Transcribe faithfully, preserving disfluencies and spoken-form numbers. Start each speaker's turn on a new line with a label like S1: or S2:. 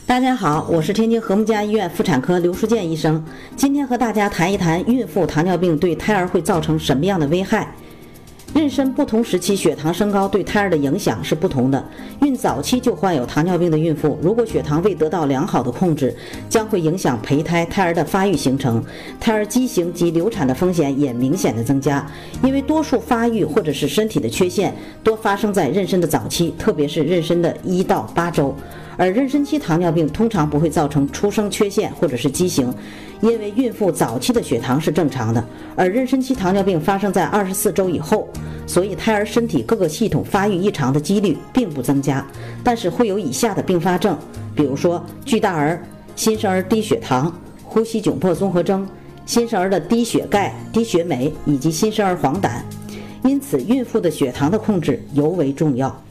S1: 大家好，我是天津和睦家医院妇产科刘淑健医生。今天和大家谈一谈孕妇糖尿病对胎儿会造成什么样的危害。妊娠不同时期血糖升高对胎儿的影响是不同的。孕早期就患有糖尿病的孕妇，如果血糖未得到良好的控制，将会影响胚胎胎儿的发育形成，胎儿畸形及流产的风险也明显的增加。因为多数发育或者是身体的缺陷多发生在妊娠的早期，特别是妊娠的一到八周。而妊娠期糖尿病通常不会造成出生缺陷或者是畸形，因为孕妇早期的血糖是正常的，而妊娠期糖尿病发生在二十四周以后，所以胎儿身体各个系统发育异常的几率并不增加，但是会有以下的并发症，比如说巨大儿、新生儿低血糖、呼吸窘迫综合征、新生儿的低血钙、低血镁以及新生儿黄疸。因此，孕妇的血糖的控制尤为重要。